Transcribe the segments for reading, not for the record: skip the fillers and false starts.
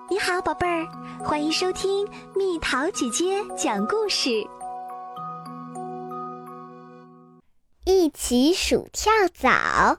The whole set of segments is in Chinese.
你好，宝贝儿，欢迎收听蜜桃姐姐讲故事。 一起数跳蚤。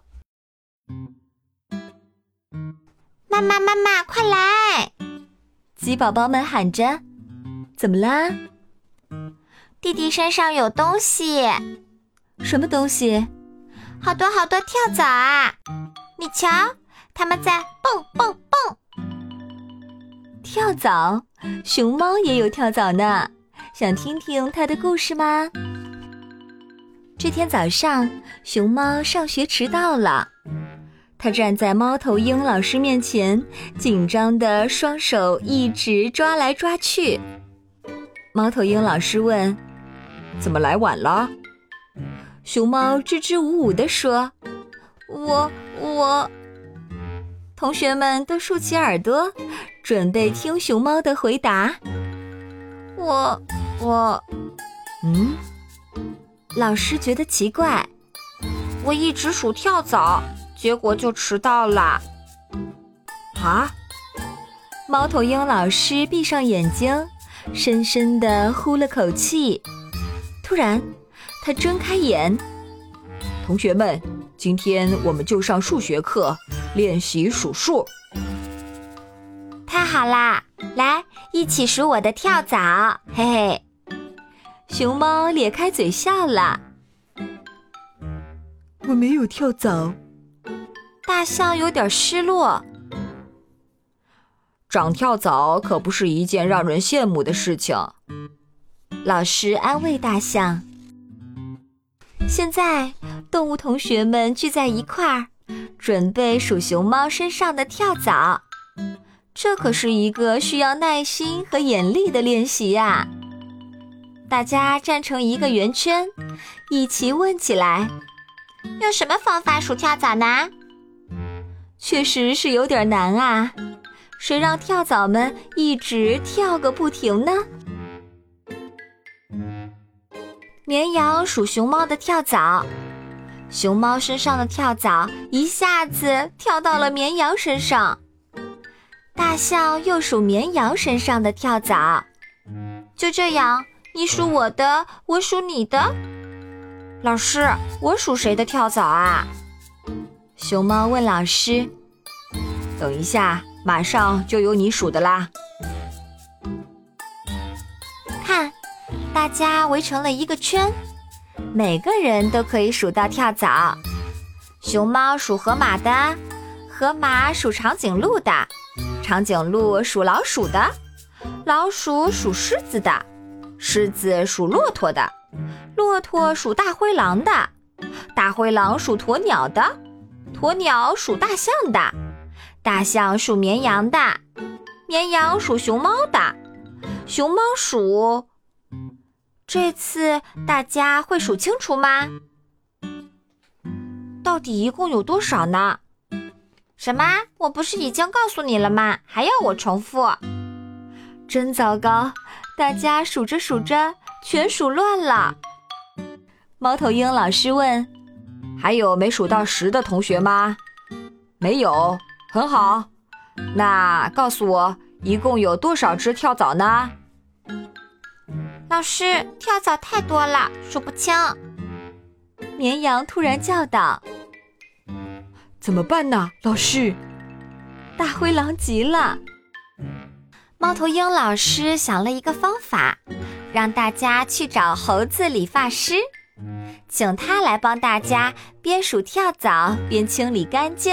妈妈，妈妈，快来！ 鸡宝宝们喊着。怎么啦？ 弟弟身上有东西。 什么东西？ 好多好多跳蚤啊！你瞧，它们在蹦蹦蹦。 跳蚤？熊猫也有跳蚤呢，想听听它的故事吗？这天早上，熊猫上学迟到了，它站在猫头鹰老师面前，紧张的双手一直抓来抓去。猫头鹰老师问：怎么来晚了？熊猫支支吾吾地说：我……同学们都竖起耳朵，准备听熊猫的回答。老师觉得奇怪， 我一直数跳蚤，结果就迟到了。 啊？猫头鹰老师闭上眼睛，深深地呼了口气。突然，他睁开眼。同学们，今天我们就上数学课，练习数数。 太好啦，来，一起数我的跳蚤，嘿嘿。 熊猫咧开嘴笑了。我没有跳蚤。 大象有点失落。 长跳蚤可不是一件让人羡慕的事情。老师安慰大象。现在，动物同学们聚在一块儿，准备数熊猫身上的跳蚤。这可是一个需要耐心和眼力的练习呀。大家站成一个圆圈，一起问起来： 用什么方法数跳蚤呢？ 确实是有点难啊，谁让跳蚤们一直跳个不停呢？绵羊数熊猫的跳蚤，熊猫身上的跳蚤一下子跳到了绵羊身上。大象又数绵羊身上的跳蚤，就这样，你数我的，我数你的。老师，我数谁的跳蚤啊？熊猫问老师。等一下，马上就有你数的啦。看，大家围成了一个圈，每个人都可以数到跳蚤。熊猫数河马的，河马数长颈鹿的，长颈鹿数老鼠的，老鼠数狮子的，狮子数骆驼的，骆驼数大灰狼的，大灰狼数鸵鸟的，鸵鸟数大象的，大象数绵羊的，绵羊数熊猫的，熊猫数……这次大家会数清楚吗？到底一共有多少呢？什么？我不是已经告诉你了吗？还要我重复？真糟糕，大家数着数着全数乱了。猫头鹰老师问：还有没数到10的同学吗？没有，很好。那告诉我，一共有多少只跳蚤呢？ 老师，跳蚤太多了，数不清。 绵羊突然叫道：怎么办呢，老师？大灰狼急了。猫头鹰老师想了一个方法，让大家去找猴子理发师，请他来帮大家边数跳蚤边清理干净。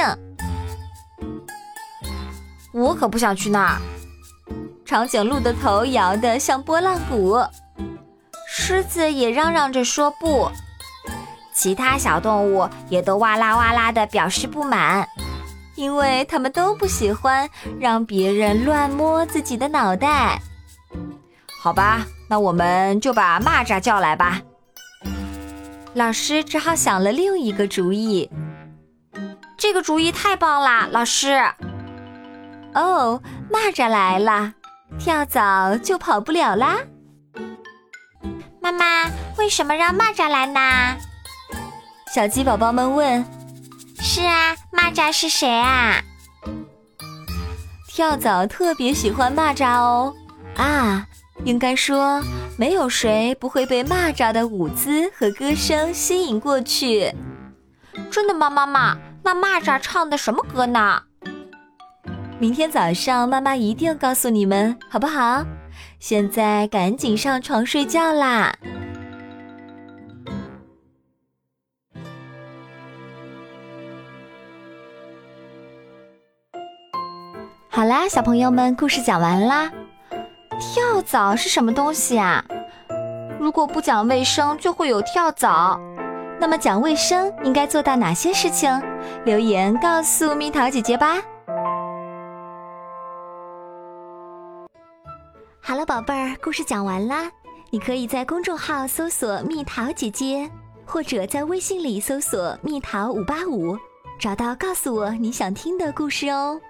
我可不想去那儿。 长颈鹿的头摇得像拨浪鼓，狮子也嚷嚷着说不，其他小动物也都哇啦哇啦地表示不满，因为他们都不喜欢让别人乱摸自己的脑袋。好吧，那我们就把蚂蚱叫来吧。老师只好想了另一个主意。 这个主意太棒啦，老师。 哦，蚂蚱来了，跳蚤就跑不了啦。 妈妈，为什么让蚂蚱来呢？ 小鸡宝宝们问。 是啊，蚂蚱是谁啊？ 跳蚤特别喜欢蚂蚱哦。应该说，没有谁不会被蚂蚱的舞姿和歌声吸引过去。 真的吗，妈妈？那蚂蚱唱的什么歌呢？ 明天早上妈妈一定告诉你们，好不好？现在赶紧上床睡觉啦。好啦，小朋友们，故事讲完啦。跳蚤是什么东西啊？如果不讲卫生，就会有跳蚤。那么讲卫生应该做到哪些事情？留言告诉蜜桃姐姐吧。 好了，宝贝儿，故事讲完啦。你可以在公众号搜索蜜桃姐姐，或者在微信里搜索蜜桃585，找到告诉我你想听的故事哦。